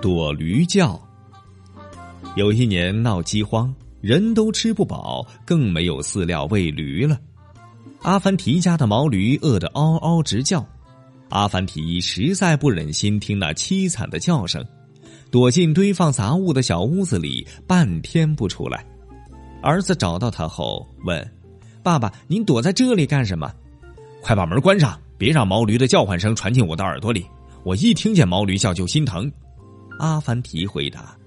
躲驴叫。有一年闹饥荒，人都吃不饱，更没有饲料喂驴了。阿凡提家的毛驴饿得嗷嗷直叫，阿凡提实在不忍心听那凄惨的叫声，躲进堆放杂物的小屋子里，半天不出来。儿子找到他后问：爸爸，您躲在这里干什么？快把门关上，别让毛驴的叫唤声传进我的耳朵里，我一听见毛驴叫就心疼。阿凡提回答。